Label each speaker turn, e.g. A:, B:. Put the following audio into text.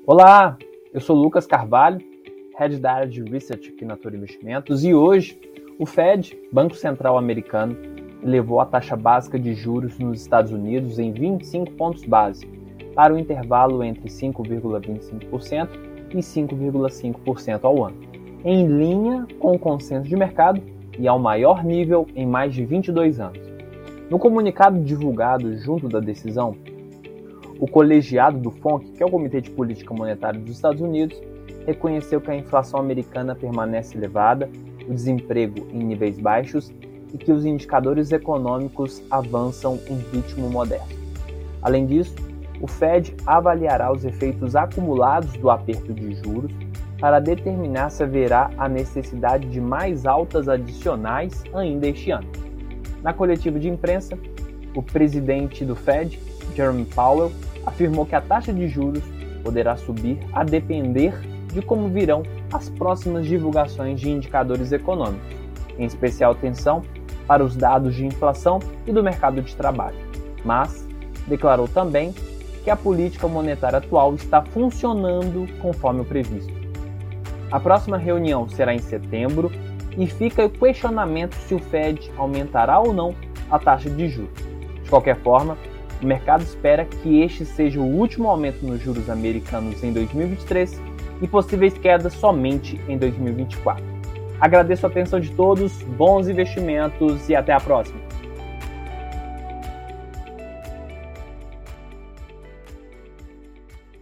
A: Olá, eu sou Lucas Carvalho, Head da área de Research aqui na Toro Investimentos, e hoje o Fed, Banco Central Americano, elevou a taxa básica de juros nos Estados Unidos em 25 pontos base, para o intervalo entre 5,25% e 5,5% ao ano, em linha com o consenso de mercado e ao maior nível em mais de 22 anos. No comunicado divulgado junto da decisão, o colegiado do FONC, que é o Comitê de Política Monetária dos Estados Unidos, reconheceu que a inflação americana permanece elevada, o desemprego em níveis baixos e que os indicadores econômicos avançam em ritmo modesto. Além disso, o Fed avaliará os efeitos acumulados do aperto de juros para determinar se haverá a necessidade de mais altas adicionais ainda este ano. Na coletiva de imprensa, o presidente do Fed, Jerome Powell, afirmou que a taxa de juros poderá subir a depender de como virão as próximas divulgações de indicadores econômicos, em especial atenção para os dados de inflação e do mercado de trabalho, mas declarou também que a política monetária atual está funcionando conforme o previsto. A próxima reunião será em setembro e fica o questionamento se o Fed aumentará ou não a taxa de juros. De qualquer forma, o mercado espera que este seja o último aumento nos juros americanos em 2023 e possíveis quedas somente em 2024. Agradeço a atenção de todos, bons investimentos e até a próxima!